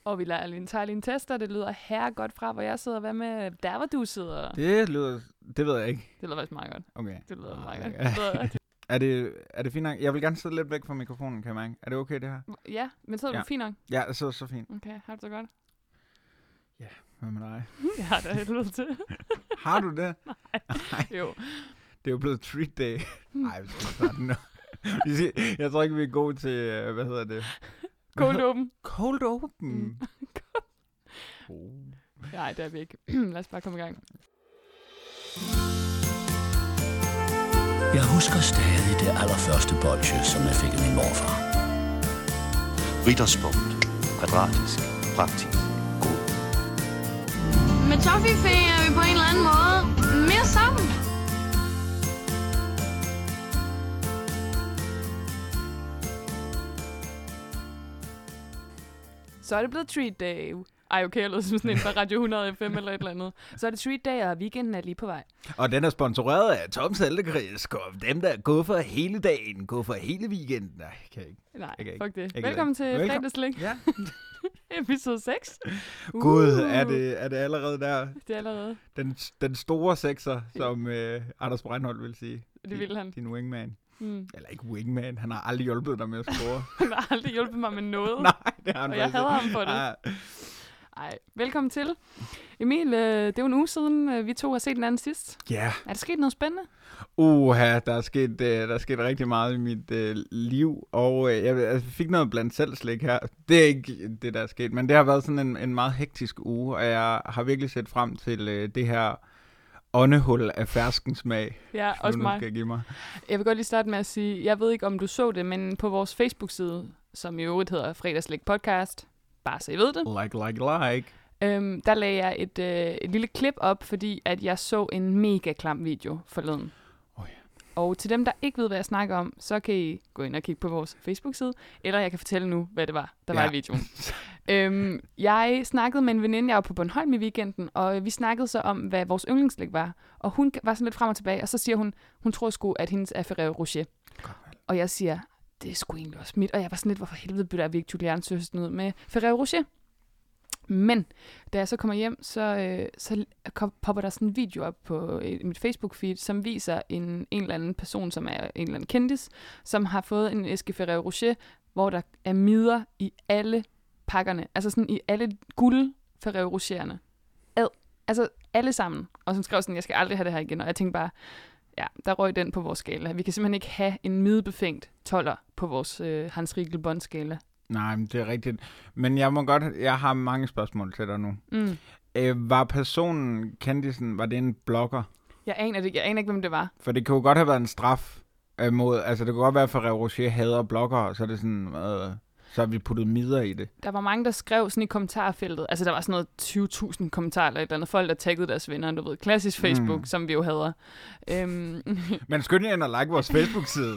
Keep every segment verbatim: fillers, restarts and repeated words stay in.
Og vi lader lige, tager lige en tester. Det lyder her godt fra, hvor jeg sidder. Hvad med der, hvor du sidder? Det lyder... Det ved jeg ikke. Det lyder faktisk meget godt. Okay. Det lyder Ah, meget okay. godt. Det lyder... Er det, er det fint nok? Jeg vil gerne sidde lidt væk fra mikrofonen, kan jeg mærke. Er det okay, det her? Ja, men så er du Ja. fint nok. Ja, det sidder så fint. Okay, har du det godt? Hvad med dig? Jeg har det helt lyst til. Har du det? Nej. Jo. Det er jo blevet treat day. Nej, vi skal starte nu. Vi siger- Jeg tror ikke, vi er gode til, øh, hvad hedder det? Hvad Cold hedder- open. Cold open. Mm. Oh. Nej, det er vi ikke. Lad os bare komme i gang. Jeg husker stadig det allerførste bolsje, som jeg fik af min morfar. Ritterspunkt. Kvadratisk. Praktisk. God. Med Toffifee er vi på en eller anden måde mere sammen. Så er det blevet treat day. Ej, okay, jeg lød som sådan en fra Radio hundrede F M eller et eller andet. Så er det treat day, og weekenden er lige på vej. Og den er sponsoreret af Tom Saltekrisk, og dem, der går for hele dagen, går for hele weekenden. Nej, kan jeg ikke. Nej, Jeg kan ikke. fuck det. Jeg kan Velkommen ikke. til Velkommen. Fredagslik. Ja. Episode seks. Uh, Gud, er det, er det allerede der? Det er allerede. Den, den store sekser, som øh, Anders Breinholt vil sige. Det vil han. Din wingman. Mm. Eller ikke wingman, han har aldrig hjulpet dig med at score. Han har aldrig hjulpet mig med noget. Nej, det har han Og jeg faktisk hader ikke. ham for det. Ah, Ej, velkommen til. Emil, øh, det er jo en uge siden, øh, vi to har set den anden sidst. Ja, Er der sket noget spændende? uha, der er sket, øh, der er sket rigtig meget i mit øh, liv, og øh, jeg altså, fik noget blandt selv slik her. Det er ikke det, der er sket, men det har været sådan en, en meget hektisk uge, og jeg har virkelig set frem til øh, det her åndehul af ferskensmag. Ja, også nu mig. skal jeg give mig. Jeg vil godt lige starte med at sige, jeg ved ikke, om du så det, men på vores Facebook-side, som i øvrigt hedder Fredagslik Podcast, bare så I ved det, Like, like, like. øhm, der lagde jeg et, øh, et lille klip op, fordi at jeg så en mega klam video forleden. Oh, ja. Og til dem, der ikke ved, hvad jeg snakker om, så kan I gå ind og kigge på vores Facebook-side, eller jeg kan fortælle nu, hvad det var, der Ja. var i videoen. øhm, jeg snakkede med en veninde, jeg var på Bornholm i weekenden, og vi snakkede så om, hvad vores yndlingsslik var. Og hun var sådan lidt frem og tilbage, og så siger hun, hun tror sgu, at hendes er Ferrero Rocher. Godt, vel. Og jeg siger, det er sgu egentlig også mit. Og jeg var sådan lidt, hvorfor helvede bytter vi ikke Julian Søsten ud med Ferrero Rocher? Men da jeg så kommer hjem, så, øh, så kom, popper der sådan en video op på øh, mit Facebook-feed, som viser en, en eller anden person, som er en eller anden kendis, som har fået en æske Ferrero Rocher, hvor der er midder i alle pakkerne. Altså sådan i alle guld Ferrero Rocherne. Ad. Altså alle sammen. Og så skrev sådan, jeg skal aldrig have det her igen. Og jeg tænkte bare, ja, der røg den på vores skala. Vi kan simpelthen ikke have en middelbefængt toller på vores øh, Hans Riegel Bond-skala. Nej, men det er rigtigt. Men jeg må godt, jeg har mange spørgsmål til dig nu. Mm. Øh, var personen, kendisen, var det en blogger? Jeg aner det. Jeg aner ikke, hvem det var. For det kunne jo godt have været en straf øh, mod, altså det kunne godt være, at Ferrero Rocher hader bloggere, så er det sådan, øh, så har vi puttet midler i det. Der var mange, der skrev sådan i kommentarfeltet. Altså, der var sådan noget tyve tusind kommentarer eller et eller andet. Folk, der taggede deres venner, du ved. Klassisk Facebook, mm. som vi jo hader. Øhm, Men skynd jer ind og like vores Facebook-side.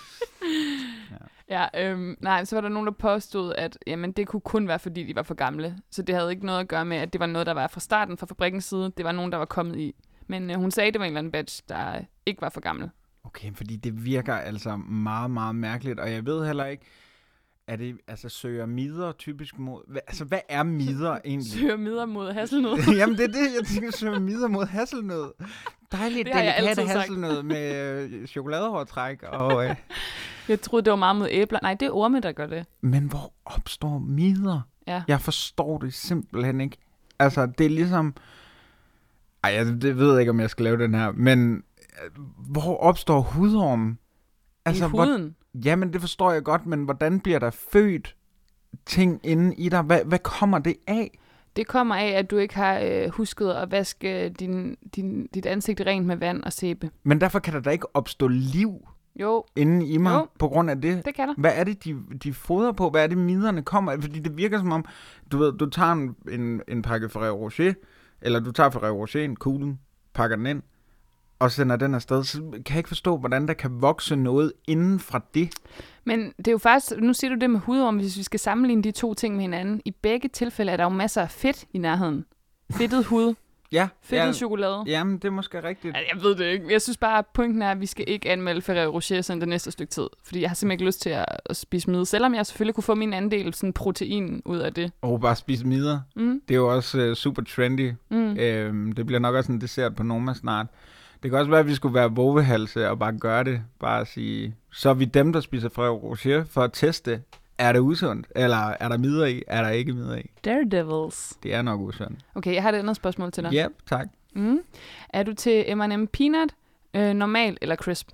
ja, øhm, nej, så var der nogen, der påstod, at jamen, det kunne kun være, fordi de var for gamle. Så det havde ikke noget at gøre med, at det var noget, der var fra starten, fra fabrikkens side. Det var nogen, der var kommet i. Men øh, hun sagde, at det var en eller anden batch, der øh, ikke var for gammel. Okay, fordi det virker altså meget, meget mærkeligt, og jeg ved heller ikke, er det, altså søger midder typisk mod, hva, altså hvad er midder egentlig? Søger midler mod hasselnød. Jamen det er det, jeg tænker, søger midder mod hasselnød. Dejligt Det har jeg delikate altid sagt. hasselnød med øh, chokoladehårtræk. Og, øh. Jeg troede, det var meget mod æbler. Nej, det er orme, der gør det. Men hvor opstår midder? Ja. Jeg forstår det simpelthen ikke. Altså, det er ligesom... Ej, jeg det ved jeg ikke, om jeg skal lave den her, men øh, hvor opstår hudormen? Altså, I huden? Hvor, jamen, det forstår jeg godt, men hvordan bliver der født ting inde i dig? Hvad, hvad kommer det af? Det kommer af, at du ikke har øh, husket at vaske din, din, dit ansigt rent med vand og sæbe. Men derfor kan der da ikke opstå liv Jo. inde i mig Jo. på grund af det. Det kan der. Hvad er det, de, de fodrer på? Hvad er det, miderne kommer af? Fordi det virker som om, du ved, du tager en, en, en pakke Ferrero Rocher, eller du tager Ferrero Rocher, en kuglen, pakker den ind, og sender den afsted. Så kan jeg ikke forstå, hvordan der kan vokse noget inden fra det. Men det er jo faktisk, nu siger du det med hudorm, hvis vi skal sammenligne de to ting med hinanden. I begge tilfælde er der jo masser af fedt i nærheden. Fedtet hud. Ja. Fedtet ja, chokolade. Jamen, det er måske rigtigt. Altså, jeg ved det ikke. Jeg synes bare, at pointen er, at vi skal ikke anmelde Ferrero Rocher sådan det næste stykke tid. Fordi jeg har simpelthen ikke lyst til at, at spise mid, selvom jeg selvfølgelig kunne få min andel sådan protein ud af det. Og bare spise midler. Mm. Det er jo også uh, super trendy. Mm. Øhm, det bliver nok også en dessert på Noma snart. Det kan også være, at vi skulle være vovehalse og bare gøre det. Bare at sige, så er vi dem, der spiser Ferrero Rocher for at teste, er det usundt? Eller er der midler i? Er der ikke midler i? Daredevils. Det er nok usundt. Okay, jeg har et andet spørgsmål til dig. Ja, yep, tak. Mm. Er du til M and M Peanut, øh, normal eller crisp?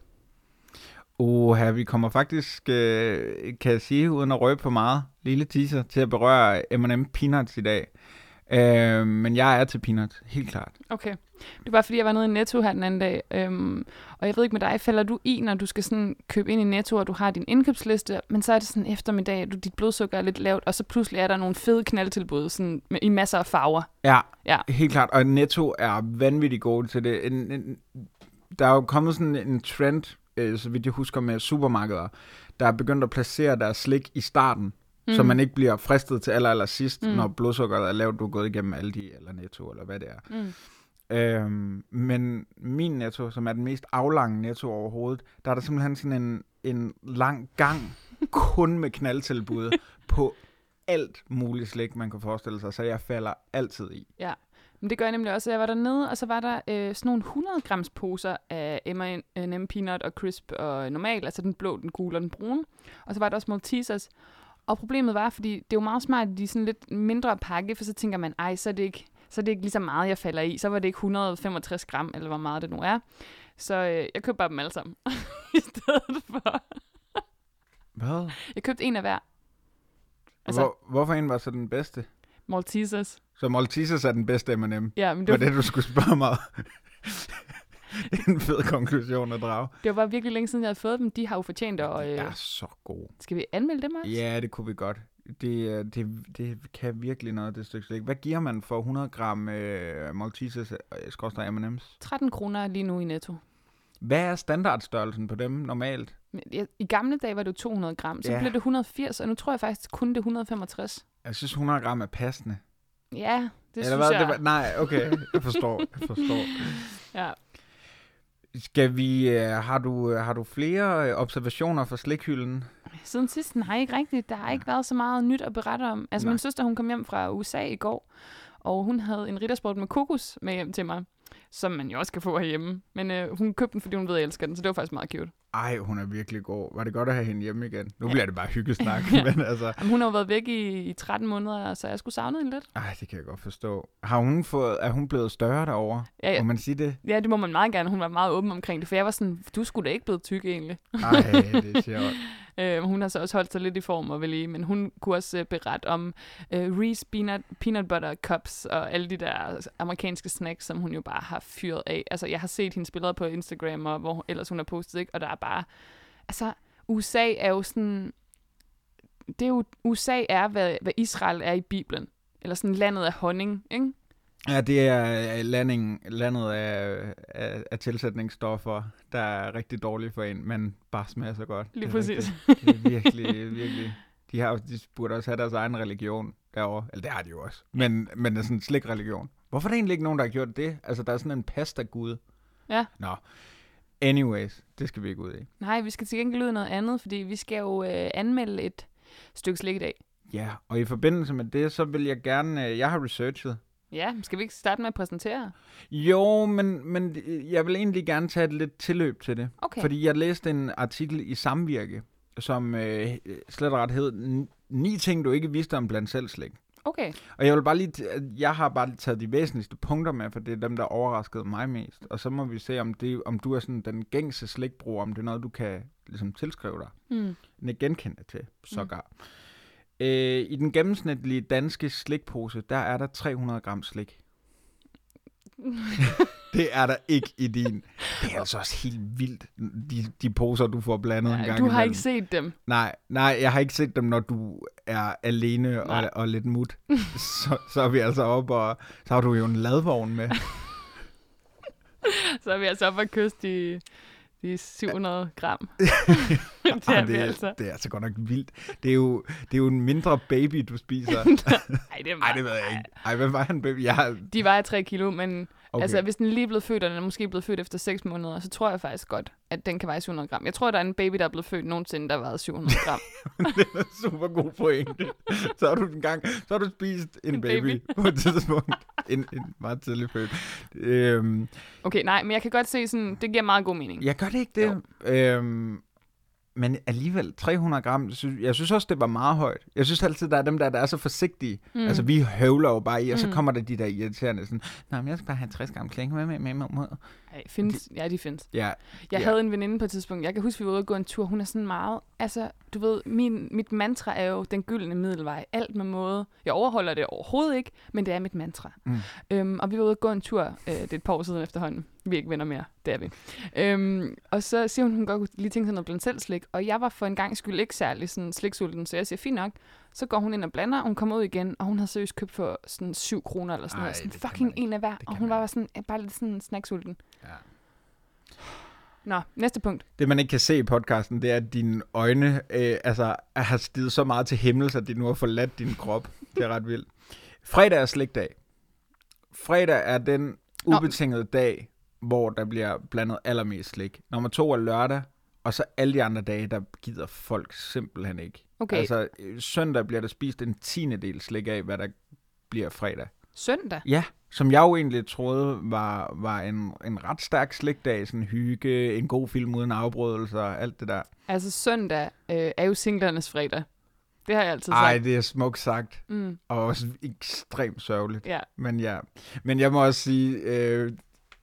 Åh, her vi kommer faktisk, øh, kan jeg sige, uden at røbe for meget, lille teaser til at berøre M and M Peanuts i dag. Øh, men jeg er til peanuts, helt klart. Okay. Det er bare fordi, jeg var nede i Netto her den anden dag, øhm, og jeg ved ikke med dig, falder du i, når du skal sådan købe ind i Netto, og du har din indkøbsliste, men så er det sådan eftermiddag, at du, dit blodsukker er lidt lavt, og så pludselig er der nogle fede knaldtilbud sådan, med, i masser af farver. Ja, Ja. helt klart. Og Netto er vanvittigt gode til det. En, en, der er jo kommet sådan en trend, øh, så vidt jeg husker, med supermarkeder, der er begyndt at placere deres slik i starten, mm. så man ikke bliver fristet til aller, aller sidst, mm. når blodsukkeret er lavt, du er gået igennem Aldi eller Netto, eller hvad det er. Mm. Øhm, men min Netto, som er den mest aflange Netto overhovedet, der er der simpelthen sådan en, en lang gang, kun med knaldtilbud på alt muligt slik, man kan forestille sig, så jeg falder altid i. Ja, men det gør jeg nemlig også. Jeg var dernede, og så var der øh, sådan nogle hundrede grams poser af M and M Peanut og Crisp og normal, altså den blå, den gule og den brune. Og så var der også Maltesers. Og problemet var, fordi det er jo meget smart, at de er sådan lidt mindre pakke, for så tænker man, ej, så er det ikke, så er det ikke lige så meget, jeg falder i. Så var det ikke et hundrede og femogtres gram, eller hvor meget det nu er. Så øh, jeg købte bare dem alle sammen, i stedet for. Hvad? Jeg købte en af hver. Altså, Hvor, hvorfor en var så den bedste? Maltesers. Så Maltesers er den bedste M and M? Ja, men det var det, det, du skulle spørge mig. Det er en fed konklusion at drage. det var bare virkelig længe siden, jeg havde fået dem. De har jo fortjent, og øh, Det er så god. skal vi anmelde dem også? Ja, det kunne vi godt. Det, det, det kan virkelig noget, det stykke slik. Hvad giver man for hundrede gram øh, Maltesers skorstræk M and M's? tretten kroner lige nu i Netto. Hvad er standardstørrelsen på dem normalt? Men jeg, i gamle dage var det jo to hundrede gram, så Ja. blev det et hundrede og firs, og nu tror jeg faktisk kun det er et hundrede og femogtres. Jeg synes hundrede gram er passende. Ja, det Eller synes hvad? jeg. Det var, nej, okay. Jeg forstår. Jeg forstår. Ja. Skal vi, uh, har, du, uh, har du flere uh, observationer fra slikhylden? Siden sidst, nej, ikke rigtigt. Der har ikke været så meget nyt at berette om. Altså, Nej. min søster, hun kom hjem fra U S A i går, og hun havde en riddersport med kokos med hjem til mig, som man jo også kan få herhjemme. Men øh, hun købte den, fordi hun ved, at jeg elsker den, så det var faktisk meget cute. Ej, hun er virkelig god. Var det godt at have hende hjemme igen? Nu bliver det bare hyggesnak, Ja. men altså... Jamen, hun har jo været væk i, i tretten måneder, så jeg skulle savne hende lidt. Ej, det kan jeg godt forstå. Har hun fået, er hun blevet større derovre? Ja, ja. Må man sige det? Ja, det må man meget gerne. Hun var meget åben omkring det, for jeg var sådan, du skulle da ikke blevet tyk egentlig. Ej, det er sjovt. Øh, hun har så også holdt sig lidt i form og vel i, men hun kunne også øh, berette om øh, Reese peanut, peanut butter cups og alle de der amerikanske snacks, som hun jo bare har fyret af. Altså, jeg har set hendes billeder på Instagram, og hvor ellers hun har postet, ikke? Og der er bare... Altså, U S A er jo sådan... Det er jo... U S A er, hvad, hvad Israel er i Bibelen. Eller sådan landet af honning, ikke? Ja, det er landing, landet af, af, af tilsætningsstoffer, der er rigtig dårlige for en, men bare smager så godt. Lige Det er præcis. rigtigt. Det er virkelig, virkelig... De, har, de burde også have deres egen religion derovre. Eller det har de jo også. Men, men det er sådan en slik-religion. Hvorfor er der egentlig ikke nogen, der har gjort det? Altså, der er sådan en pasta-gud. Ja. Nå. Anyways, det skal vi ikke ud i. Nej, vi skal til gengæld ud i noget andet, fordi vi skal jo øh, anmelde et stykke slik i dag. Ja, og i forbindelse med det, så vil jeg gerne... øh, Jeg har researchet. Ja, skal vi ikke starte med at præsentere? Jo, men, men jeg vil egentlig gerne tage et lidt tilløb til det. Okay. Fordi jeg læste en artikel i Samvirke, som øh, slet og ret hed ni ting, du ikke vidste om blandt selv slik. Okay. Og jeg vil bare lige, t- jeg har bare taget de væsentligste punkter med, for det er dem, der overraskede mig mest. Og så må vi se, om, det, om du er sådan den gængse slikbruger, om det er noget, du kan ligesom tilskrive dig. Mm. Den genkende til, sågar. Mm. Øh, I den gennemsnitlige danske slikpose, der er der tre hundrede gram slik. Det er der ikke i din. Det er altså også helt vildt, de, de poser, du får blandet en gang Du har imellem. ikke set dem. Nej, nej, jeg har ikke set dem, når du er alene og, og lidt mut. så, så er vi altså oppe, og så har du jo en ladvogn med. Så er vi altså oppe og kyste de, Det er syv hundrede gram. det er det, vi altså. Det er altså godt nok vildt. Det er jo, det er jo en mindre baby, du spiser. Nej, det er Ej, det ved jeg ikke. Ej, hvad var en baby? Jeg har... De vejer tre kilo, men Okay. altså, hvis den lige er blevet født, og den er måske blevet født efter seks måneder, så tror jeg faktisk godt, at den kan veje syv hundrede gram. Jeg tror, der er en baby, der er blevet født nogensinde, der vejede syv hundrede gram. Det er en super god pointe. Så har du en gang, så har du spist en, En baby, baby. på et tidspunkt. En, en meget tidlig født. Øhm, Okay, nej, men jeg kan godt se sådan, det giver meget god mening. jeg gør det ikke det. Øhm, men alligevel, tre hundrede gram, sy- jeg synes også, det var meget højt. Jeg synes altid, der er dem der, der er så forsigtige. Mm. Altså, vi høvler jo bare i, og så Mm. kommer der de der irriterende sådan, nej, men jeg skal bare have tres gram klinke med, med, med, med, med. Ej, findes, ja, de findes. Ja, Jeg Ja. havde en veninde på et tidspunkt, jeg kan huske, vi var ude og gå en tur, hun er sådan meget, altså, du ved, min, mit mantra er jo den gyldne middelvej, alt med måde. Jeg overholder det overhovedet ikke, men det er mit mantra. Mm. Øhm, og vi var ude og gå en tur, øh, det er et par år siden efterhånden, vi er ikke venner mere, det er vi. Øhm, og så siger hun, hun godt kunne lige tænke sig noget blandt selv slik, og jeg var for en gang skyld ikke særlig sådan sliksulten, så jeg siger, fint nok. Så går hun ind og blander, og hun kommer ud igen, og hun havde seriøst købt for sådan syv kroner eller sådan Ej, noget. Sådan det kan fucking man ikke. en af hver, Det og kan hun man var bare sådan, bare lidt sådan snacksulten. ja. Nå, næste punkt. Det, man ikke kan se i podcasten, det er, at dine øjne øh, altså, har stiget så meget til himmel, så de nu har forladt din krop. Det er ret vildt. Fredag er slikdag. Fredag er den ubetingede dag, hvor der bliver blandet allermest slik. Nummer to er lørdag, og så alle de andre dage, der gider folk simpelthen ikke. Okay. Altså, øh, søndag bliver der spist en tiende del slik af, hvad der bliver fredag. Søndag? Ja, som jeg jo egentlig troede var, var en, en ret stærk slikdag, sådan hygge, en god film uden afbrydelser, alt det der. Altså søndag øh, er jo singlernes fredag. Det har jeg altid Ej, sagt. det er smukt sagt, Mm, og også ekstremt sørgeligt. ja. Men ja, men jeg må også sige, øh,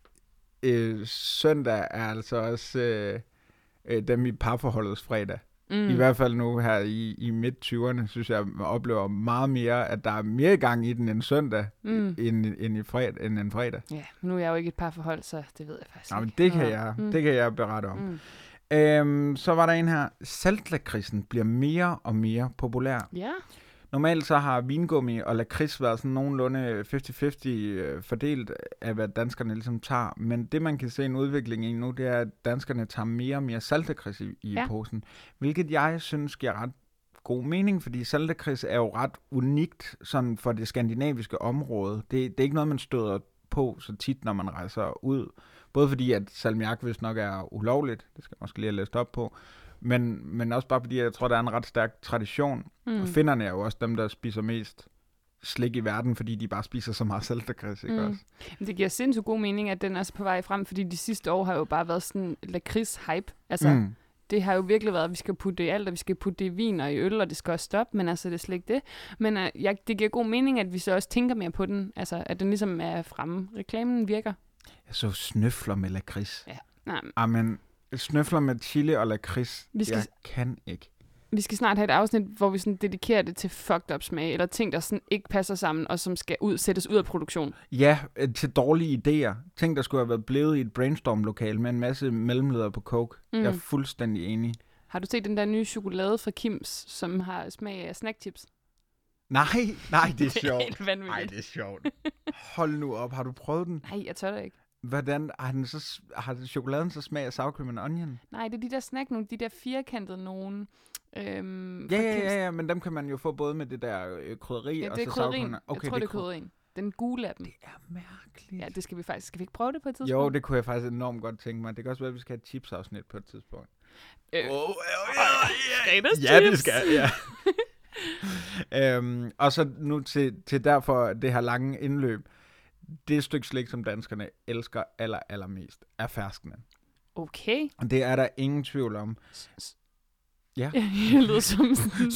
øh, søndag er altså også øh, øh, dem i parforholdets fredag. Mm. I hvert fald nu her i, i midt-tyverne, synes jeg, man oplever meget mere, at der er mere gang i den en søndag, Mm. end, end, i fredag, end en fredag. Ja, men nu er jeg jo ikke et par forhold, så det ved jeg faktisk Nå, men ikke. det kan, Nå. jeg, Mm. det kan jeg berette om. Mm. Øhm, så var der en her. Saltlakridsen bliver mere og mere populær. Ja. Normalt så har vingummi og lakrids været sådan nogenlunde halvtreds halvtreds fordelt af, hvad danskerne ligesom tager. Men det, man kan se en udvikling i nu, det er, at danskerne tager mere og mere saltlakrids i, i Ja. posen. Hvilket jeg synes giver ret god mening, fordi saltlakrids er jo ret unikt sådan for det skandinaviske område. Det, det er ikke noget, man støder på så tit, når man rejser ud. Både fordi, at salmiak vist nok er ulovligt, det skal jeg måske lige have læst op på, men, men også bare fordi, jeg tror, der er en ret stærk tradition. Mm. Og finnerne er jo også dem, der spiser mest slik i verden, fordi de bare spiser så meget saltlakrids, ikke Mm. også? Men det giver sindssygt god mening, at den er så på vej frem, fordi de sidste år har jo bare været sådan lakrids-hype. Altså, mm. Mm. det har jo virkelig været, at vi skal putte det i alt, og vi skal putte det i vin og i øl, og det skal også stoppe, men altså, det er slet ikke det. Men uh, jeg, det giver god mening, at vi så også tænker mere på den, altså, at den ligesom er fremme. Reklamen virker. Jeg så snøfler med lakrids. Ja. Nej, Amen, snøfler med chili og lakrids, Vi skal- jeg kan ikke. vi skal snart have et afsnit, hvor vi sådan dedikerer det til fucked up smag, eller ting, der sådan ikke passer sammen, og som skal ud, sættes ud af produktion. Ja, øh, til dårlige idéer. Ting, der skulle have været blevet i et brainstorm-lokal med en masse mellemledere på coke. Mm. Mm. Jeg er fuldstændig enig. Har du set den der nye chokolade fra Kims, som har smag af snackchips? Nej, nej, det er sjovt. helt vanvittigt. Nej, det er sjovt. Hold nu op, har du prøvet den? Nej, jeg tør det ikke. Hvordan har, den så, har chokoladen så smag af sour cream and onion? Nej, det er de der snack, nogle de der firkantede nogen. Øhm, Ja, fra ja, Kims. ja, ja, men dem kan man jo få både med det der øh, krydderi Ja, og det er så sour cream. krydderien. Okay, jeg tror, det er kryd- krydderien. Den gule af dem. Det er mærkeligt. Ja, det skal vi faktisk. Skal vi ikke prøve det på et tidspunkt? Jo, det kunne jeg faktisk enormt godt tænke mig. Det kan også være, at vi skal have et chips-afsnit på et tidspunkt. Øh, Oh, Fredags ja, det chips. skal ja. øhm, og så nu til, til derfor det her lange indløb. Det stykke slik, som danskerne elsker aller, allermest, er ferskene. Okay. Og det er der ingen tvivl om. Ja. Jeg lyder som sådan...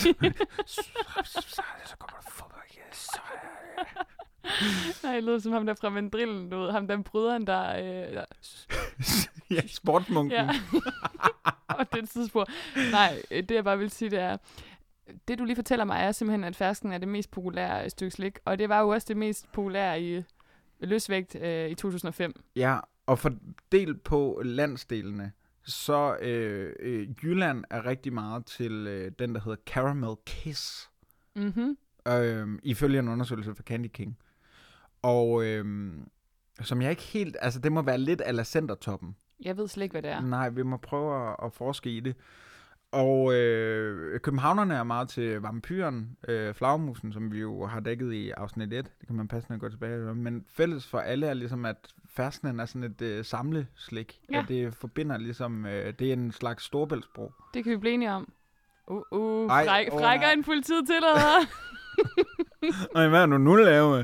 Så kommer der fodbold, yes. Nej, jeg lyder som ham der fra Vendrillen, du ved. Ham der bryderen, der... Øh, der Ja, sportsmunken. ja. Og det tidspunkt. Nej, øh, det jeg bare vil sige, det er... Det du lige fortæller mig, er simpelthen, at fersken er det mest populære stykke slik. Og det var jo også det mest populære i løsvægt øh, i to tusind og fem. Ja, og fordelt på landsdelene, så øh, øh, Jylland er rigtig meget til øh, den, der hedder Caramel Kiss, Mhm. øh, ifølge en undersøgelse fra Candy King. Og øh, som jeg ikke helt, altså det må være lidt a la Centertoppen. Jeg ved slet ikke, hvad det er. Nej, vi må prøve at, at forske i det. Og øh, københavnerne er meget til vampyren, øh, flagermusen, som vi jo har dækket i afsnit et. Det kan man passende gå tilbage til. Men fælles for alle er ligesom, at fersknen er sådan et øh, samleslik. Ja. At det forbinder ligesom, øh, det er en slags storebæltsbro. Det kan vi blive enige om. Uh, uh, Ej, fræk, åh, frækker nej. en politiet til dig. Ej, hvad er du nu lavet?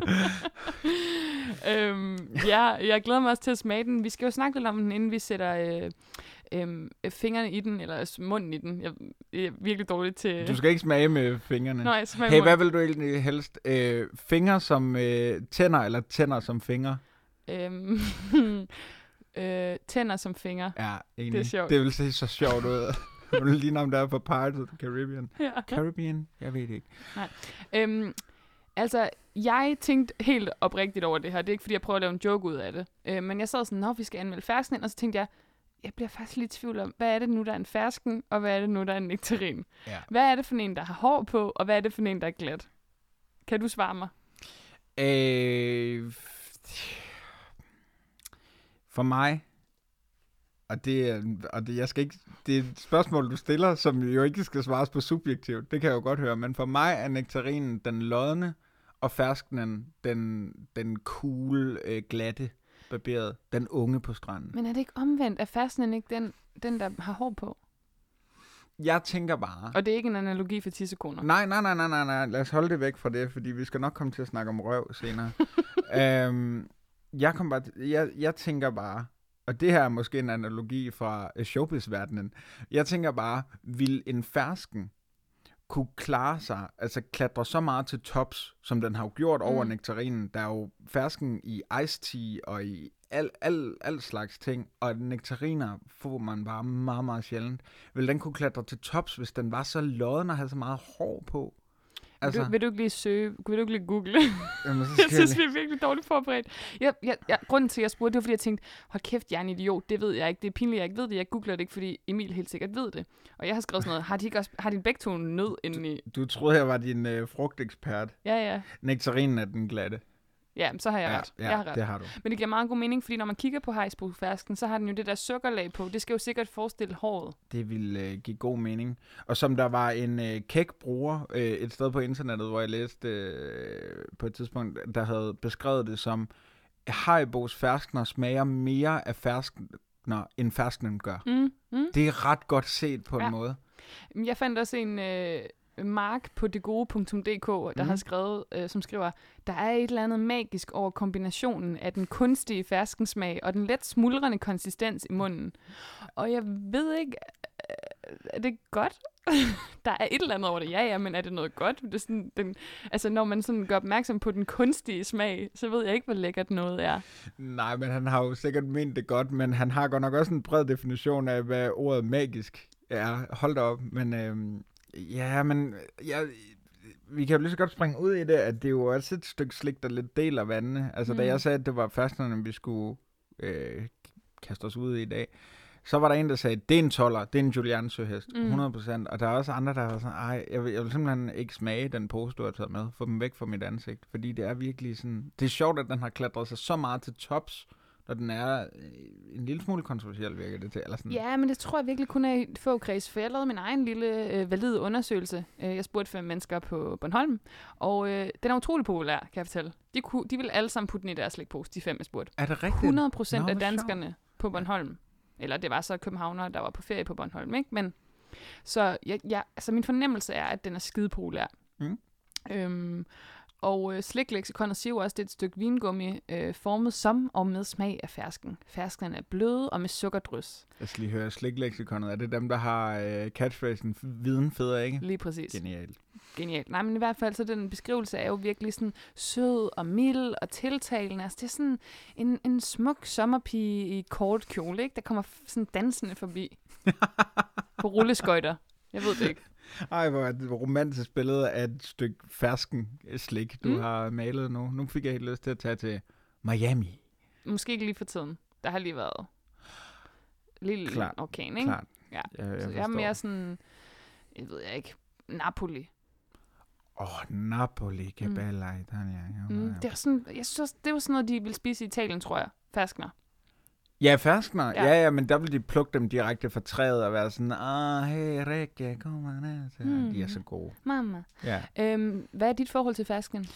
øhm, ja, jeg glæder mig også til at smage den. Vi skal jo snakke lidt om den, inden vi sætter øh, øh, fingrene i den, eller munden i den. Jeg, jeg er virkelig dårlig til... Du skal ikke smage med fingrene. Nå, jeg smager Hey, munden. hvad vil du egentlig helst? Øh, fingre som øh, tænder, eller tænder som fingre? Øhm, øh, tænder som fingre. Ja, enig. Det er sjovt. Det vil se så sjovt ud. Det vil lige om der er på Pirates of the Caribbean. Ja. Caribbean? Jeg ved det ikke. Øhm, altså, jeg tænkte helt oprigtigt over det her. Det er ikke, fordi jeg prøver at lave en joke ud af det. Øh, men jeg sad sådan, nå, vi skal anmelde fersken, og så tænkte jeg, jeg bliver faktisk lidt i tvivl om, hvad er det nu, der er en fersken, og hvad er det nu, der er en nektarin? Ja. Hvad er det for en, der har hår på, og hvad er det for en, der er glat? Kan du svare mig? Øh, for mig, og det er, og det, jeg skal ikke, det er et spørgsmål, du stiller, som jo ikke skal svares på subjektivt. Det kan jeg jo godt høre. Men for mig er nektarinen den lodne, og fersknen den, den cool, øh, glatte, barberede, den unge på stranden. Men er det ikke omvendt? Er fersken ikke den, den, der har hår på? Jeg tænker bare... Og det er ikke en analogi for tissekoner? Nej, nej, nej, nej, nej, nej. Lad os holde det væk fra det, fordi vi skal nok komme til at snakke om røv senere. øhm, jeg, kom bare, jeg, jeg tænker bare, og det her er måske en analogi fra uh, showbiz-verdenen, jeg tænker bare, vil en fersken kunne klare sig, altså klatre så meget til tops, som den har jo gjort over Mm. nektarinen. Der er jo fersken i iced tea og i al, al, al slags ting, og nektariner får man bare meget, meget sjældent. Vil den kunne klatre til tops, hvis den var så lodden og havde så meget hår på? Altså, vil, du, vil du ikke lige søge? Vil du ikke lige google? Jamen, så Jeg skal synes, vi lige- er virkelig dårligt forberedt. Jeg, jeg, jeg, grunden til, at jeg spurgte, det var, fordi jeg tænkte, hold kæft, jeg er en idiot. Det ved jeg ikke. Det er pinligt, jeg ikke ved det. Jeg googler det ikke, fordi Emil helt sikkert ved det. Og jeg har skrevet sådan noget. Har de ikke også, har din begge to nød indeni? Du troede, jeg var din øh, frugtekspert. Ja, ja. Nektarinen er den glatte. Ja, så har jeg Ja, ret. ja, jeg har ret. det har du. Men det giver meget god mening, fordi når man kigger på Harrisburg-fersken, så har den jo det der sukkerlag på. Det skal jo sikkert forestille håret. Det vil øh, give god mening. Og som der var en øh, kæk bruger øh, et sted på internettet, hvor jeg læste øh, på et tidspunkt, der havde beskrevet det som, Haribos ferskner smager mere af ferskner, end fersknen gør. Mm, mm. Det er ret godt set på Ja. en måde. Jeg fandt også en øh, Mark på degode punktum d k, der Mhm. har skrevet, øh, som skriver, der er et eller andet magisk over kombinationen af den kunstige ferskensmag og den let smuldrende konsistens i munden. Og jeg ved ikke, øh, er det godt? Der er et eller andet over det, ja ja, men er det noget godt? Det er sådan, den, altså når man sådan gør opmærksom på den kunstige smag, så ved jeg ikke, hvor lækkert noget er. Nej, men han har jo sikkert ment det godt, men han har godt nok også en bred definition af, hvad ordet magisk er. Hold da op. Men øhm, ja, men jeg, vi kan jo lige så godt springe ud i det, at det er jo også et stykke slik, der lidt deler vandene. Altså, mm. da Mm. jeg sagde, at det var fersknerne, vi skulle øh, kaste os ud i i dag, så var der en, der sagde, det er en toller, det er en Julian søhest, Mm. hundrede procent. Og der er også andre, der var sådan, ej, jeg vil, jeg vil simpelthen ikke smage den pose, du har taget med. Få dem væk fra mit ansigt, fordi det er virkelig sådan, det er sjovt, at den har klatret sig så meget til tops, når den er øh, en lille smule kontroversiel, virker det til. Eller sådan. Ja, men det tror jeg virkelig kun er i få kreds, for jeg lavede min egen lille øh, valide undersøgelse. Øh, jeg spurgte fem mennesker på Bornholm, og øh, den er utrolig populær, kan jeg fortælle. De, kunne, de ville alle sammen putte den i deres slikpose, de fem, jeg spurgte. Er det rigtigt? hundrede procent Nå, af hvor sjovt. danskerne på Bornholm, eller det var så københavnere, der var på ferie på Bornholm, ikke? Men, så jeg, jeg, altså min fornemmelse er, at den er skide populær. Mm. Øhm, og øh, slikleksikonet siger jo også, at det er et stykke vingummi øh, formet som og med smag af fersken. Fersken er bløde og med sukkerdrys. Jeg skal lige høre slikleksikonet. Er det dem, der har øh, catchphrasen viden feder, ikke? Lige præcis. Genialt. Genialt. Nej, men i hvert fald, så den beskrivelse er jo virkelig sådan sød og mild og tiltalende. Altså, det er sådan en, en smuk sommerpige i kort kjole, ikke? Der kommer f- sådan dansende forbi. På rulleskøjter. Jeg ved det ikke. Ej, hvor er det et romantisk billede af et stykke fersken slik, du Mm. mm. har malet nu. Nu fik jeg helt lyst til at tage til Miami. Måske ikke lige for tiden. Der har lige været lille Klart. orkan, ikke? Klart. Ja. Jeg, jeg, Så jeg er mere sådan, jeg ved jeg ikke, Napoli. Åh, oh, Napoli, che Mm. bella Italia. Mm, det er sådan, jeg synes, det var sådan noget, de ville spise i Italien, tror jeg. Ferskner. Ja, ferskner. Ja. Ja. ja, ja, men der vil de plukke dem direkte fra træet og være sådan, ah, hey, Rikke, kom ned. Hmm. De er så gode. Mamma. Ja. Øhm, hvad er dit forhold til fersken?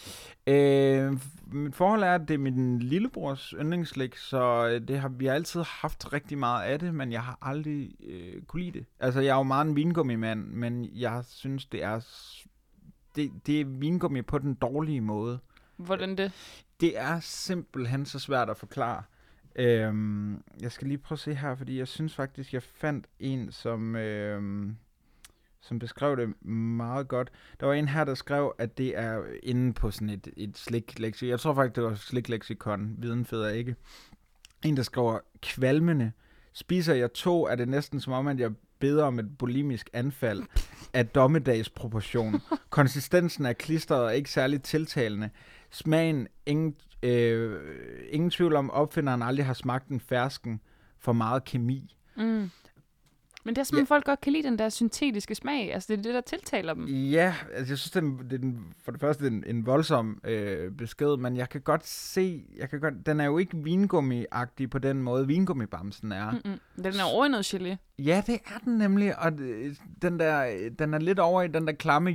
Øh, mit forhold er, at det er min lillebrors yndlingsslik, så det har vi har altid haft rigtig meget af det, men jeg har aldrig øh, kunne lide det. Altså, jeg er jo meget en vingummimand, men jeg synes, det er, s- det, det er vingummi på den dårlige måde. Hvordan det? Det er simpelthen så svært at forklare. Øhm, jeg skal lige prøve at se her, fordi jeg synes faktisk, jeg fandt en, som, øhm, som beskrev det meget godt. Der var en her, der skrev, at det er inde på sådan et, et slikleksikon. Jeg tror faktisk, det var slikleksikon. Viden fed er ikke. En, der skriver, kvalmende. Spiser jeg to, er det næsten som om, at jeg beder om et bulimisk anfald af dommedagsproportion. Konsistensen er klistret og ikke særligt tiltalende. Smagen, ingen, øh, ingen tvivl om, opfinderen aldrig har smagt en fersken for meget kemi. Mm. Men det er simpelthen, ja. Folk godt kan lide den der syntetiske smag. Altså, det er det, der tiltaler dem. Ja, altså jeg synes, det er, det er den, for det første en, en voldsom øh, besked, men jeg kan godt se, jeg kan godt, den er jo ikke vingummi-agtig på den måde, vingummibamsen er. Mm-mm. Den er over i noget gelé. Ja, det er den nemlig, og øh, den, der, den er lidt over i den der klamme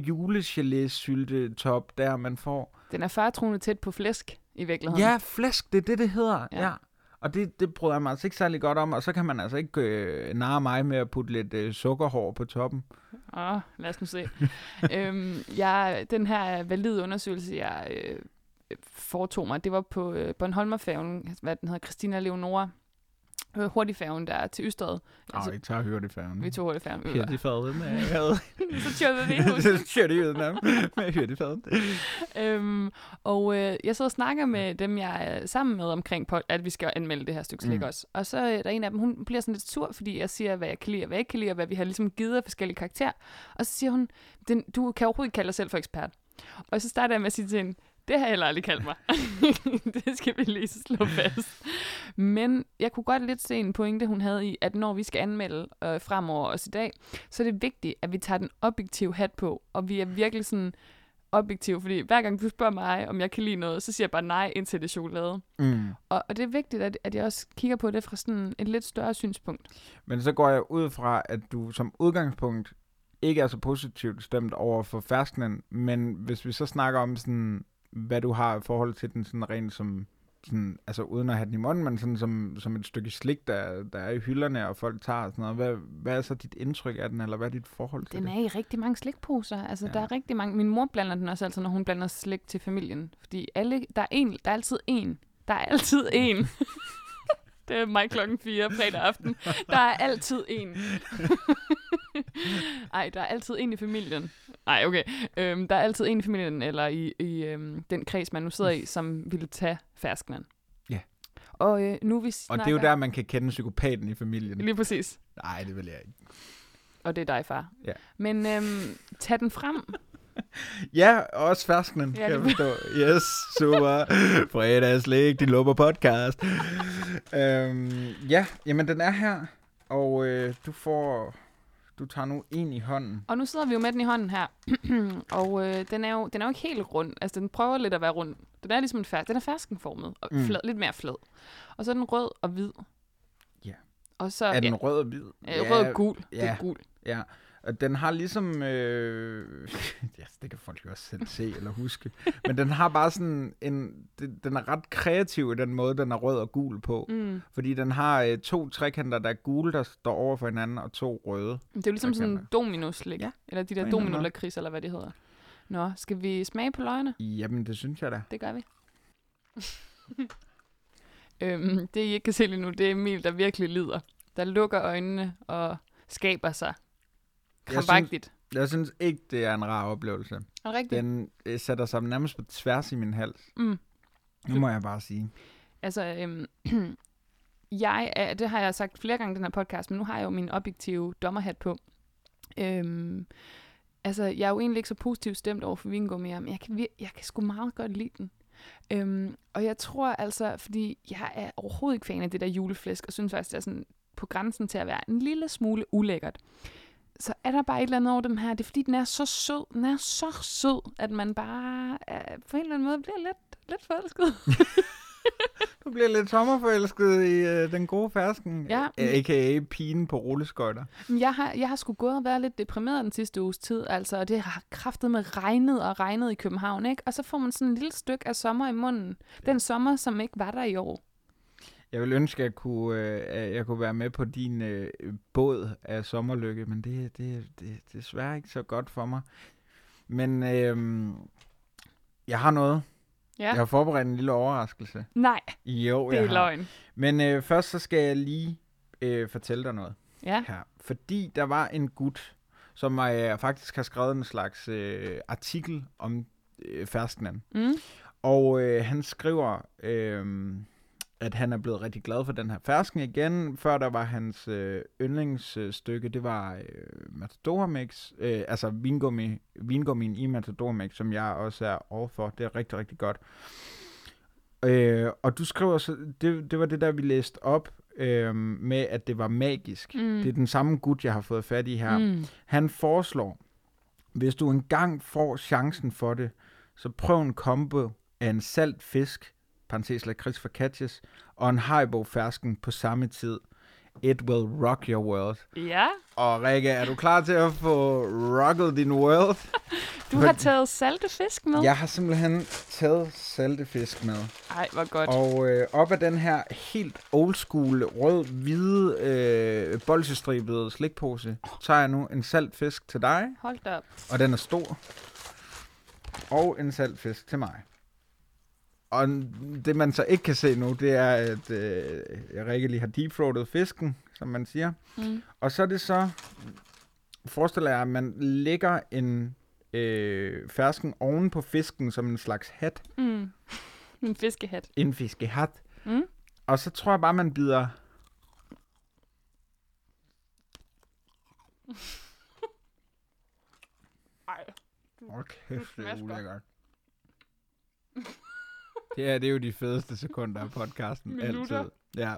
julegelé-syltetop, der man får. Den er faretroende tæt på flæsk, i virkeligheden. Ja, flæsk, det er det, det hedder, Ja. ja. ja. Og det, det bryder jeg mig altså ikke særlig godt om, og så kan man altså ikke øh, narre mig med at putte lidt øh, sukkerhår på toppen. Åh, lad os nu se. øhm, jeg, den her valide undersøgelse, jeg øh, foretog mig, det var på øh, Bornholmerfærgen, hvad den hedder, Christina Leonora, øh, hurtigfærgen der til Ystad. Åh, altså, vi tager hurtigfærgen. Vi tog hurtigfærgen. Hurtigfærgen, ja. Så kørte vi ud. Så kører det ud med hurtigfærgen. øhm, og øh, jeg sidder og snakker med dem, jeg er sammen med omkring, på, at vi skal anmelde det her stykke slik Mm. også. Og så øh, der er en af dem, hun bliver sådan lidt sur, fordi jeg siger, hvad jeg kan lide og hvad jeg ikke kan lide, og hvad vi har ligesom givet af forskellige karakterer. Og så siger hun, den, du kan overhovedet ikke kalde dig selv for ekspert. Og så starter jeg med at sige til hende, det har jeg heller aldrig kaldt mig. Det skal vi lige slå fast. Men jeg kunne godt lidt se en pointe, hun havde i, at når vi skal anmelde øh, fremover os i dag, så er det vigtigt, at vi tager den objektive hat på, og vi er virkelig sådan objektive, fordi hver gang du spørger mig, om jeg kan lide noget, så siger jeg bare nej, indtil det er chokolade. Mm. Og, og det er vigtigt, at, at jeg også kigger på det fra sådan et lidt større synspunkt. Men så går jeg ud fra, at du som udgangspunkt ikke er så positivt stemt over for fersknen, men hvis vi så snakker om sådan, hvad du har i forhold til den sådan rent som, sådan, altså uden at have den i munden, men sådan som, som et stykke slik, der, der er i hylderne, og folk tager og sådan noget. Hvad, hvad er så dit indtryk af den, eller hvad er dit forhold til Den det? er i rigtig mange slikposer. Altså, Ja. der er rigtig mange. Min mor blander den også altid, når hun blander slik til familien. Fordi alle, der er en, der er altid en. Der er altid en. Det er mig klokken fire fredag aften. Der er altid en. Ej, der er altid en i familien. Ej, okay. Øhm, der er altid en i familien, eller i, i øhm, den kreds, man nu sidder i, som ville tage ferskmand. Ja. Og øh, nu vi Og snakker... det er jo der, man kan kende psykopaten i familien. Lige præcis. Nej, det vil jeg ikke. Og det er dig, far. Ja. Men øhm, tag den frem. Ja, også fersknen, Ja, kan jeg det- forstå. Yes, super. Fredagslæg, din lupper podcast. øhm, ja, jamen den er her, og øh, du får, du tager nu en i hånden. Og nu sidder vi jo med den i hånden her, og øh, den, er jo, den er jo ikke helt rund. Altså, den prøver lidt at være rund. Den er ligesom en fær- den er ferskenformet, og Mm. flad, lidt mere flad. Og så er den rød og hvid. Ja. Og så Er den ja, rød og hvid? øh, rød og gul. Det er ja. gul. Ja, og den har ligesom, øh, ja, det kan folk jo også selv se eller huske, men den har bare sådan en, den, den er ret kreativ i den måde, den er rød og gul på. Mm. Fordi den har øh, to trekanter, der er gule, der står over for hinanden, og to røde. Det er jo ligesom sådan en Trekanter. dominoslik. Ja, Eller de på der en eller anden måde. domino-lakrids, eller hvad det hedder. Nå, skal vi smage på løgene? Jamen, det synes jeg da. Det gør vi. øhm, det I ikke kan se lige nu, det er Emil, der virkelig lider. Der lukker øjnene og skaber sig. Jeg synes- Krampagtigt. Jeg synes ikke, det er en rar oplevelse. Er det rigtigt? Den øh, sætter sig nærmest på tværs i min hals. Mm. Nu må jeg bare sige. Altså, øhm, jeg er, det har jeg sagt flere gange i den her podcast, men nu har jeg jo min objektive dommerhat på. Øhm, altså, jeg er jo egentlig ikke så positivt stemt over for vingummier, men jeg kan, vir- jeg kan sgu meget godt lide den. Øhm, og jeg tror altså, fordi jeg er overhovedet ikke fan af det der juleflæsk, og synes faktisk, det er sådan på grænsen til at være en lille smule ulækkert. Så er der bare et eller andet over dem her. Det er fordi, den er så sød. Den er så sød, at man bare er, på en eller anden måde bliver lidt, lidt forelsket. Du bliver lidt sommerforelsket i øh, den gode fersken, Ja. a k a pigen på rulleskøjter. Jeg har, jeg har sgu gået og været lidt deprimeret den sidste uges tid, altså, og det har kraftet med regnet og regnet i København, ikke? Og så får man sådan et lille stykke af sommer i munden. Den sommer, som ikke var der i år. Jeg vil ønske, at jeg kunne, øh, at jeg kunne være med på din øh, båd af sommerlykke, men det, det, det er desværre ikke så godt for mig. Men øh, jeg har noget. Ja. Jeg har forberedt en lille overraskelse. Nej, Jo, det jeg er har. løgn. Men øh, først så skal jeg lige øh, fortælle dig noget Ja. her. Fordi der var en gut, som øh, faktisk har skrevet en slags øh, artikel om øh, fersknen. Mm. Og øh, han skriver, øh, at han er blevet rigtig glad for den her fersken igen. Før der var hans øh, yndlingsstykke, det var øh, Matador Mix, øh, altså vingummi, vingummien i Matador Mix, som jeg også er over for. Det er rigtig, rigtig godt. Øh, og du skriver så, det, det var det der, vi læste op øh, med, at det var magisk. Mm. Det er den samme gut, jeg har fået fat i her. Mm. Han foreslår, hvis du engang får chancen for det, så prøv en kombo af en salt fisk, parentes lakrids for catches, og en Haribo fersken på samme tid. It will rock your world. Ja, Og Rikke, er du klar til at få rocket din world? du har taget saltefisk med. Jeg har simpelthen taget saltefisk med. Ej, hvor godt. Og øh, op af den her helt old school, rød-hvide, øh, bolsjestribede slikpose, tager jeg nu en saltfisk til dig, Hold da op. og den er stor. Og en saltfisk til mig. Og det man så ikke kan se nu, det er, at øh, jeg rigtig lige har deepthroatet fisken, som man siger. Mm. Og så er det så, forestiller jeg, at man lægger en øh, fersken oven på fisken som en slags hat. Mm. En fiskehat. En fiskehat. Mm. Og så tror jeg bare, man bider... Ej. Åh, kæft, det er smasker. ulækkert. Det her, det er jo de fedeste sekunder af podcasten. Minutter. Altid. Ja.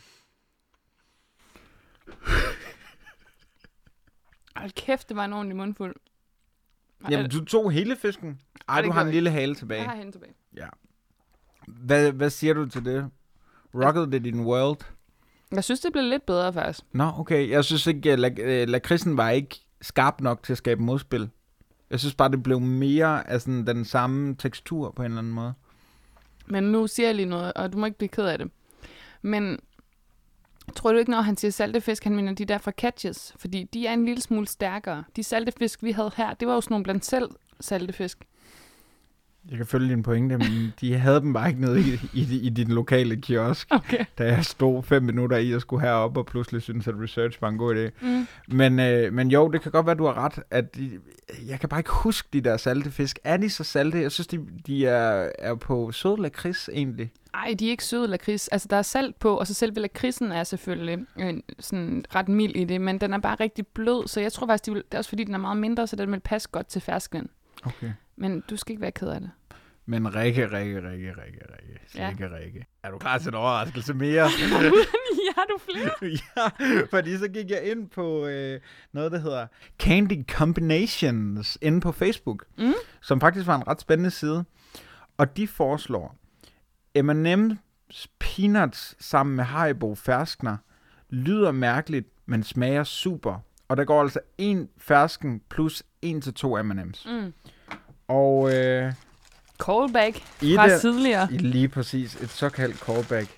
Ej, kæft, det var en ordentlig mundfuld. Ej, Jamen, du tog hele fisken. Ej, det du gør har en jeg lille hale Jeg tilbage. har hende tilbage. Ja. Hvad, hvad siger du til det? Rockede det din world? Jeg synes, det blev lidt bedre, faktisk. Nå, okay. Jeg synes ikke, at lak- øh, lakridsen var ikke skarp nok til at skabe modspil. Jeg synes bare, det blev mere af sådan den samme tekstur på en eller anden måde. Men nu siger jeg lige noget, og du må ikke blive ked af det. Men tror du ikke, når han siger saltefisk, han mener de der fra catches? Fordi de er en lille smule stærkere. De saltefisk, vi havde her, det var jo sådan nogle blandt selv saltefisk. Jeg kan følge din pointe, men de havde dem bare ikke nede i, i, i din lokale kiosk, Okay. da jeg stod fem minutter i at skulle herop og pludselig synes, at research var en god idé. Mm. Men, øh, men jo, det kan godt være, du har ret. At de, jeg kan bare ikke huske de der salte fisk. Er de så salte? Jeg synes, de, de er, er på sød lakrids egentlig. Ej, de er ikke søde lakrids. Altså, der er salt på, og så selve lakridsen er selvfølgelig øh, sådan ret mild i det, men den er bare rigtig blød, så jeg tror faktisk, de vil, det er også fordi, den er meget mindre, så den vil passe godt til fersken. Okay. Men du skal ikke være ked af det. Men Rikke, Rikke, Rikke, Rikke, Rikke. Ja. Slikke, Rikke. Er du klar til en overraskelse mere? Ja, du flere. Ja, fordi så gik jeg ind på øh, noget, der hedder Candy Combinations inde på Facebook, Mm. som faktisk var en ret spændende side. Og de foreslår M and M's peanuts sammen med Haribo ferskner lyder mærkeligt, men smager super. Og der går altså en fersken plus en til to M and M's. Mm. Og øh, Callback i fra det, tidligere. i lige præcis et såkaldt callback.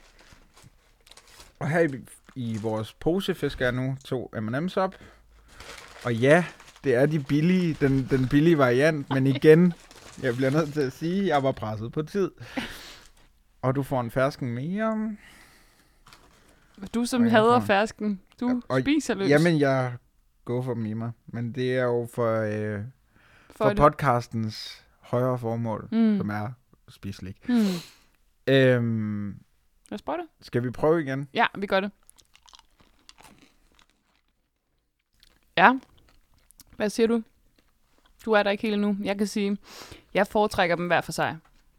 Og her i, i vores pose fisker jeg nu to M and M's op. Og ja, det er de billige, den, den billige variant, men igen, jeg bliver nødt til at sige, at jeg var presset på tid. Og du får en fersken mere. Du som Og jeg hader får- fersken, du Og- spiser løs. Jamen, jeg går for dem i mig. Men det er jo for, øh, for, for det. podcastens højere formål, Mm. som er spiselig. Mm. Øhm, Lad os prøve det. skal vi prøve igen? Ja, vi gør det. Ja. Hvad siger du? Du er der ikke helt nu. Jeg kan sige, jeg foretrækker dem hver for sig.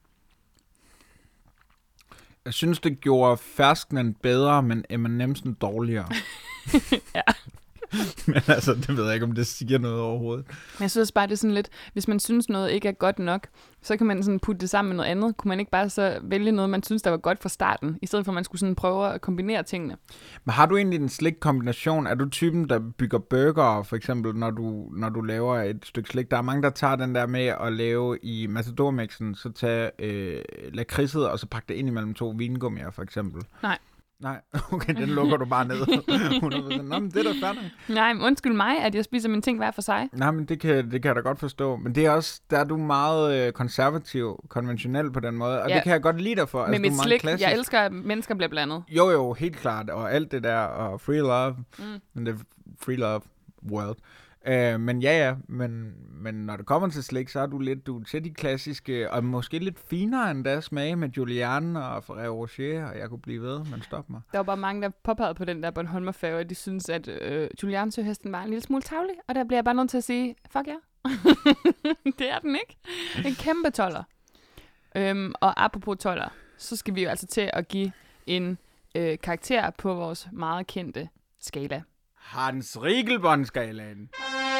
Jeg synes, det gjorde fersknen bedre, men M and M'sen dårligere. Ja. Men altså, det ved jeg ikke, om det siger noget overhovedet. Men jeg synes bare, det er sådan lidt, hvis man synes noget ikke er godt nok, så kan man sådan putte det sammen med noget andet. Kunne man ikke bare så vælge noget, man synes, der var godt fra starten, i stedet for at man skulle sådan prøve at kombinere tingene? Men har du egentlig en slik-kombination? Er du typen, der bygger burger, for eksempel, når du, når du laver et stykke slik? Der er mange, der tager den der med at lave i Matador-mixen, så tage øh, lakridset, og så pakke det ind imellem to vingummier, for eksempel. Nej. Nej, okay, den lukker du bare ned. hundrede procent. Nå, men det er da færdigt. Nej, men undskyld mig, at jeg spiser mine ting hver for sig. Nej, men det kan, det kan jeg da godt forstå. Men det er også, der er du meget øh, konservativ, konventionel på den måde, og ja. Det kan jeg godt lide dig for. Med altså, mit du er slik, klassisk. Jeg elsker, at mennesker bliver blandet. Jo, jo, helt klart, og alt det der, og free love, mm. men det free love world. Uh, men ja, ja, men, men når det kommer til slik, så er du lidt, du er til de klassiske, og måske lidt finere end der smage med Julian og Ferrero Rocher, og jeg kunne blive ved, men stop mig. Der var bare mange, der påpegede på den der Bornholmerfærge, og de synes, at øh, Julian Søhesten var en lille smule tavlig, og der bliver jeg bare nødt til at sige, fuck ja. Det er den ikke. En kæmpe toller. Øhm, og apropos toller, så skal vi jo altså til at give en øh, karakter på vores meget kendte skala. Hans Riegelbånd-skalaen.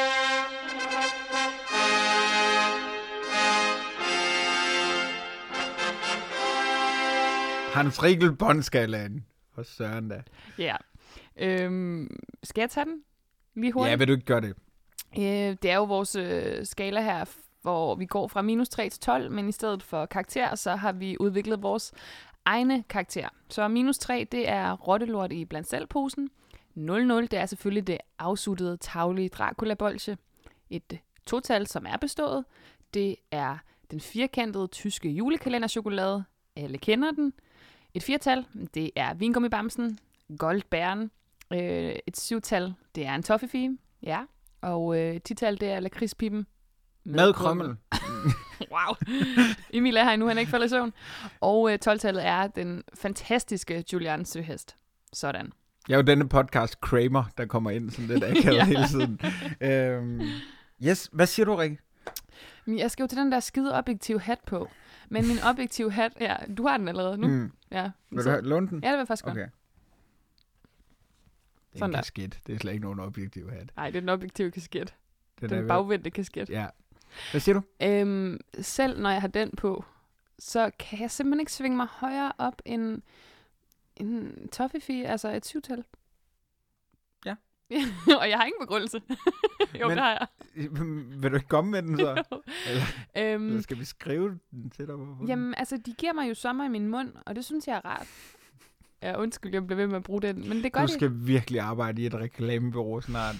Hans Riegelbånd-skalaen. For søren da. Ja. Øhm, skal jeg tage den lige hurtigt? Ja, vil du ikke gøre det? Øh, det er jo vores øh, skala her, hvor vi går fra minus tre til tolv, men i stedet for karakter, så har vi udviklet vores egne karakter. Så minus tre, det er rottelort i blandt selvposen. nul nul, det er selvfølgelig det afsuttede, tavlige Dracula-bolsje. Et total, som er bestået, det er den firkantede tyske julekalenderchokolade. Alle kender den. Et firtal, det er vingummibamsen, Goldbæren. Øh, et syvtal, det er en toffifee. Ja. Og øh, tital, det er lakridspippen. Med, med krømmel. Wow. Emil er her nu, han er ikke faldet i søvn. Og øh, tolv-tallet er den fantastiske Julian Søhest. Sådan. Jeg er jo denne podcast Kramer, der kommer ind sådan lidt akavet ja. hele tiden. Øhm, yes, hvad siger du, Rikke? Jeg skal jo til den der skide objektive hat på. Men min objektive hat, ja, du har den allerede nu. Mm. Ja. Vil du låne den? Ja, det vil jeg faktisk okay. godt. Det er en kasket. Det er slet ikke nogen objektiv hat. Nej, det er den objektive kasket. Den, den er bagvendte kasket. Ja. Hvad siger du? Øhm, selv når jeg har den på, så kan jeg simpelthen ikke svinge mig højere op end en toffifee, altså et syvtal. Ja. Og jeg har ingen begrundelse. Jo, Men, det har jeg. Vil du ikke komme med den så? Eller, øhm, eller skal vi skrive den til dig? Jamen, altså, de giver mig jo sommer i min mund, og det synes jeg er rart. Ja, undskyld, jeg bliver ved med at bruge den, men det gør Du det. skal virkelig arbejde i et reklamebureau snart.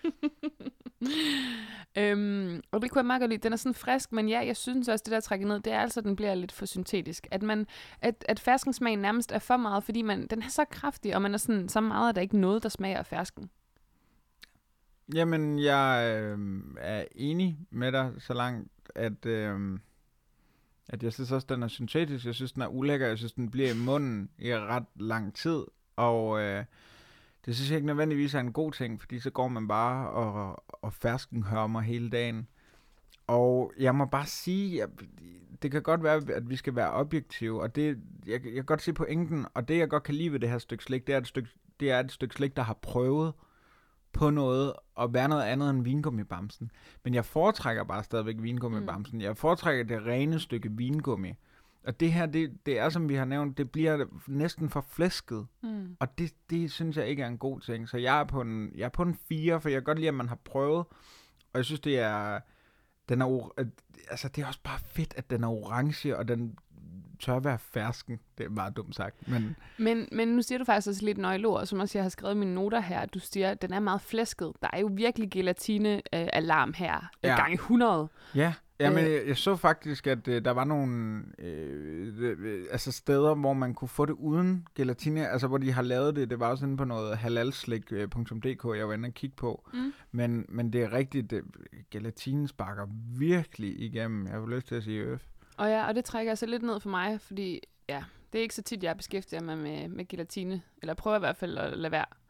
øhm, og det kunne jeg meget godt lide. Den er sådan frisk, men ja, jeg synes også, det der trækker ned, det er altså, at den bliver lidt for syntetisk. At, man, at, at ferskensmagen nærmest er for meget, fordi man, den er så kraftig, og man er sådan, så meget, at der ikke er noget, der smager af fersken. Jamen, jeg øh, er enig med dig så langt, at, øh, at jeg synes også, den er syntetisk. Jeg synes, den er ulækker. Jeg synes, den bliver i munden i ret lang tid. Og øh, det synes jeg ikke nødvendigvis er en god ting, fordi så går man bare og, og ferskenhørmer hele dagen. Og jeg må bare sige, at det kan godt være, at vi skal være objektive, og det, jeg, jeg kan godt se pointen, og det jeg godt kan lide ved det her stykke slik, det er et stykke, det er et stykke slik, der har prøvet på noget, og være noget andet end vingummibamsen. Men jeg foretrækker bare stadigvæk vingummibamsen. Mm. Jeg foretrækker det rene stykke vingummi. Og det her, det, det er, som vi har nævnt, det bliver næsten for flæsket. Mm. Og det, det synes jeg ikke er en god ting. Så jeg er på en, jeg er på en fire, for jeg kan godt lide, at man har prøvet. Og jeg synes, det er, den er, altså, det er også bare fedt, at den er orange, og den tør være fersken. Det er meget dumt sagt. Men, men, men nu siger du faktisk også lidt nøgleord, som også jeg har skrevet i mine noter her. Du siger, at den er meget flæsket. Der er jo virkelig gelatine-alarm her. Ja. Gang i hundrede. Ja, ja men jeg, jeg så faktisk, at øh, der var nogle øh, øh, altså steder, hvor man kunne få det uden gelatine. Altså, hvor de har lavet det. Det var også inde på noget halalslik punktum d k, jeg var inde og kigge på. Mm. Men, men det er rigtigt. Det, gelatinen sparker virkelig igennem. Jeg har lyst til at sige øf. Og ja, og det trækker altså lidt ned for mig, fordi ja, det er ikke så tit, jeg beskæftiger mig med, med gelatine. Eller prøver i hvert fald at lade være.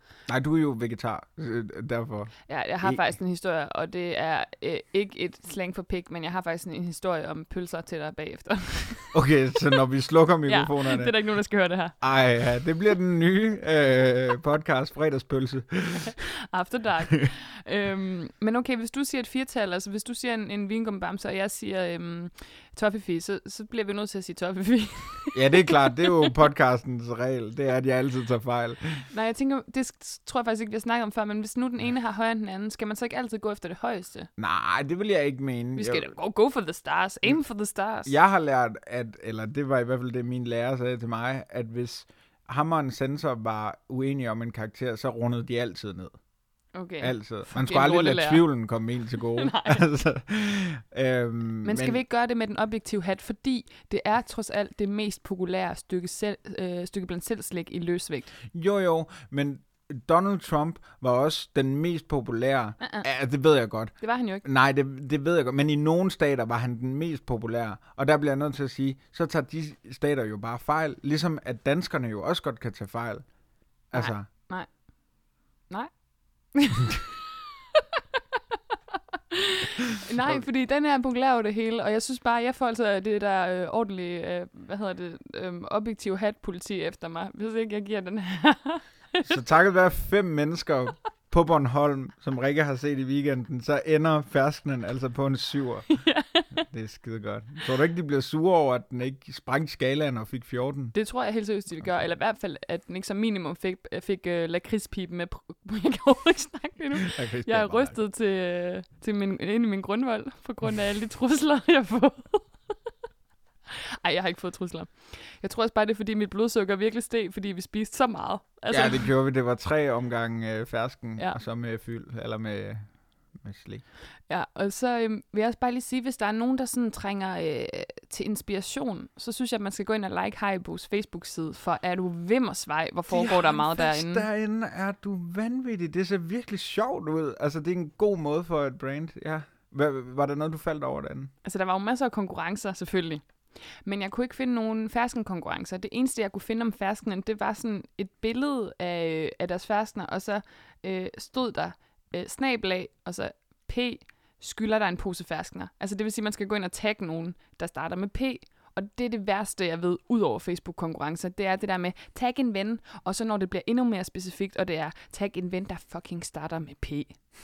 Nej, du er jo vegetar, derfor. Ja, jeg har I... faktisk en historie, og det er øh, ikke et slang for pik, men jeg har faktisk en historie om pølser til dig bagefter. Okay, så når vi slukker mikrofonerne... Ja, det er der ikke nogen, der skal høre det her. Ej, ja, det bliver den nye øh, podcast, Fredagspølse. After dark. øhm, men okay, hvis du siger et firtal, altså hvis du siger en, en vingummibamse, og jeg siger øhm, toffefi, så, så bliver vi nødt til at sige toffefi. Ja, det er klart. Det er jo podcastens regel. Det er, at jeg altid tager fejl. Nej, jeg tænker, det tror jeg faktisk ikke, vi har snakket om før, men hvis nu den ene har højere end den anden, skal man så ikke altid gå efter det højeste? Nej, det vil jeg ikke mene. Vi skal jeg... da go, go for the stars. Aim for the stars. Jeg har lært, at, eller det var i hvert fald det, min lærer sagde til mig, at hvis ham og en sensor var uenige om en karakter, så rundede de altid ned. Okay. Altid. Man skulle aldrig lade tvivlen komme en til gode. altså, øhm, men skal men... vi ikke gøre det med den objektive hat, fordi det er trods alt det mest populære stykke, selv, øh, stykke blandt selv slik i løsvægt? Jo, jo, men Donald Trump var også den mest populære. Uh-uh. Ja, det ved jeg godt. Det var han jo ikke. Nej, det, det ved jeg godt. Men i nogle stater var han den mest populære. Og der bliver jeg nødt til at sige, så tager de stater jo bare fejl. Ligesom at danskerne jo også godt kan tage fejl. Altså. Nej. Nej. Nej. Nej, fordi den er populær over det hele, og jeg synes bare, jeg får altså det der øh, ordentlige, øh, hvad hedder det, øh, objektiv hat-politi efter mig, hvis ikke jeg giver den her. Så takket være fem mennesker på Bornholm, som Rikke har set i weekenden, så ender ferskenen altså på en syver. Ja. Det er skide godt. Tror du ikke, de bliver sure over, at den ikke sprang skalaen og fik fjorten? Det tror jeg helt seriøst, de vil gøre. Eller i hvert fald, at den ikke som minimum fik, fik uh, lakridspipen med. Jeg kan overhovedet ikke snakke lige nu. Jeg er rystet til, uh, til min, ind i min grundvold, på grund af alle de trusler, jeg har fået. Ej, jeg har ikke fået trusler. Jeg tror også bare, det er, fordi mit blodsukker virkelig steg, fordi vi spiste så meget. Altså... Ja, det gjorde vi. Det var tre omgange øh, fersken, ja. Og så med fyld, eller med, med slik. Ja, og så øh, vil jeg også bare lige sige, hvis der er nogen, der sådan trænger øh, til inspiration, så synes jeg, at man skal gå ind og like Haribos Facebook-side, for er du vimmersvej, hvor foregår der meget derinde. Derinde er du vanvittig. Det ser virkelig sjovt ud. Altså, det er en god måde for et brand. Ja. Var der noget, du faldt over derinde? Altså, der var jo masser af konkurrencer, selvfølgelig. Men jeg kunne ikke finde nogen ferskenkonkurrencer. Det eneste, jeg kunne finde om ferskenen, det var sådan et billede af, af deres ferskener, og så øh, stod der øh, snabelag, og så P, skylder der en pose ferskener. Altså det vil sige, at man skal gå ind og tagge nogen, der starter med P, og det er det værste, jeg ved, ud over Facebook-konkurrencer, det er det der med, tag en ven, og så når det bliver endnu mere specifikt, og det er, tag en ven, der fucking starter med P.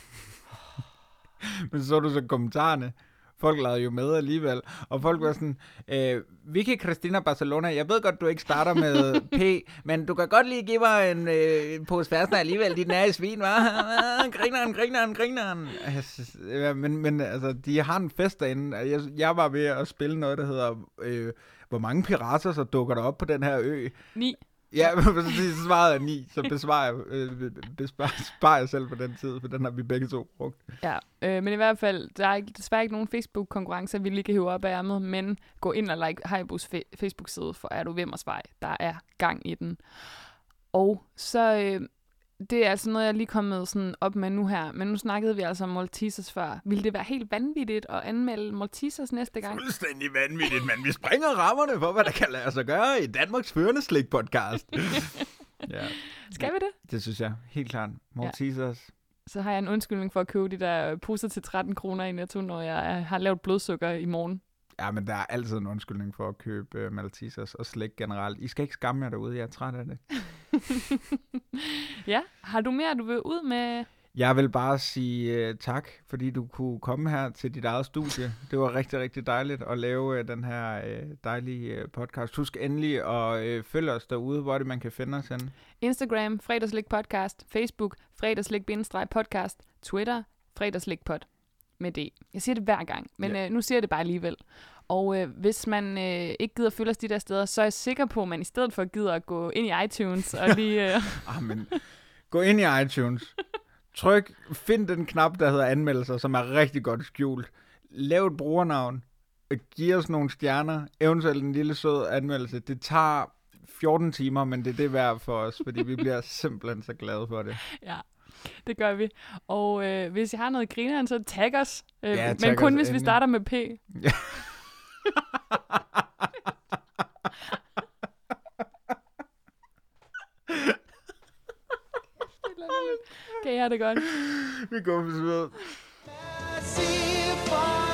Men så du så kommentarerne. Folk lavede jo med alligevel, og folk var sådan, øh, Vicky Cristina Barcelona, jeg ved godt, du ikke starter med P, men du kan godt lige give mig en øh, pose ferskener alligevel, din nære svin, hva'? Grineren, grineren, grineren. Ja, men, men altså, de har en fest derinde. Jeg, jeg var ved at spille noget, der hedder, øh, hvor mange pirater så dukker der op på den her ø? Ni. Ja, så svarede jeg ni, så besvarer jeg, øh, besparer jeg selv på den tid, for den har vi begge to brugt. Ja, øh, men i hvert fald, der er ikke, desværre ikke nogen Facebook-konkurrencer, vi lige kan hive op af ærmet, men gå ind og like Haribos fe- Facebook-side, for er du vimmersvej. Der er gang i den. Og så, øh, det er altså noget, jeg lige kommet sådan op med nu her, men nu snakkede vi altså om Maltesers før. Ville det være helt vanvittigt at anmelde Maltesers næste gang? Fuldstændig vanvittigt, men vi springer rammerne for, hvad der kan lade sig gøre i Danmarks førende slik-podcast. Ja. Skal vi det? Det synes jeg, helt klart. Maltesers. Ja. Så har jeg en undskyldning for at købe de der poser til tretten kroner i Netto, når jeg har lavet blodsukker i morgen. Ja, men der er altid en undskyldning for at købe uh, Maltesers og slik generelt. I skal ikke skamme jer derude, jeg er træt af det. Ja, har du mere, du vil ud med? Jeg vil bare sige uh, tak, fordi du kunne komme her til dit eget studie. Det var rigtig, rigtig dejligt at lave uh, den her uh, dejlige uh, podcast. Husk endelig at uh, følge os derude, hvor det man kan finde os henne. Instagram, Fredagslik Podcast, Facebook, Fredagslik-podcast, Twitter, Fredagslik-pod. Med det. Jeg siger det hver gang, men ja. øh, nu siger jeg det bare alligevel. Og øh, hvis man øh, ikke gider følge os de der steder, så er jeg sikker på, at man i stedet for gider at gå ind i iTunes og lige... Øh... ah, men gå ind i iTunes. Tryk, find den knap, der hedder anmeldelser, som er rigtig godt skjult. Lav et brugernavn. Giv os nogle stjerner. Eventuelt en lille sød anmeldelse. Det tager fjorten timer, men det er det værd for os, fordi vi bliver simpelthen så glade for det. Ja. Det gør vi. Og øh, hvis I har noget grineren, så tag os. Øh, ja, men kun hvis endelig. vi starter med P. Ja. Kan I have det godt? Vi går videre.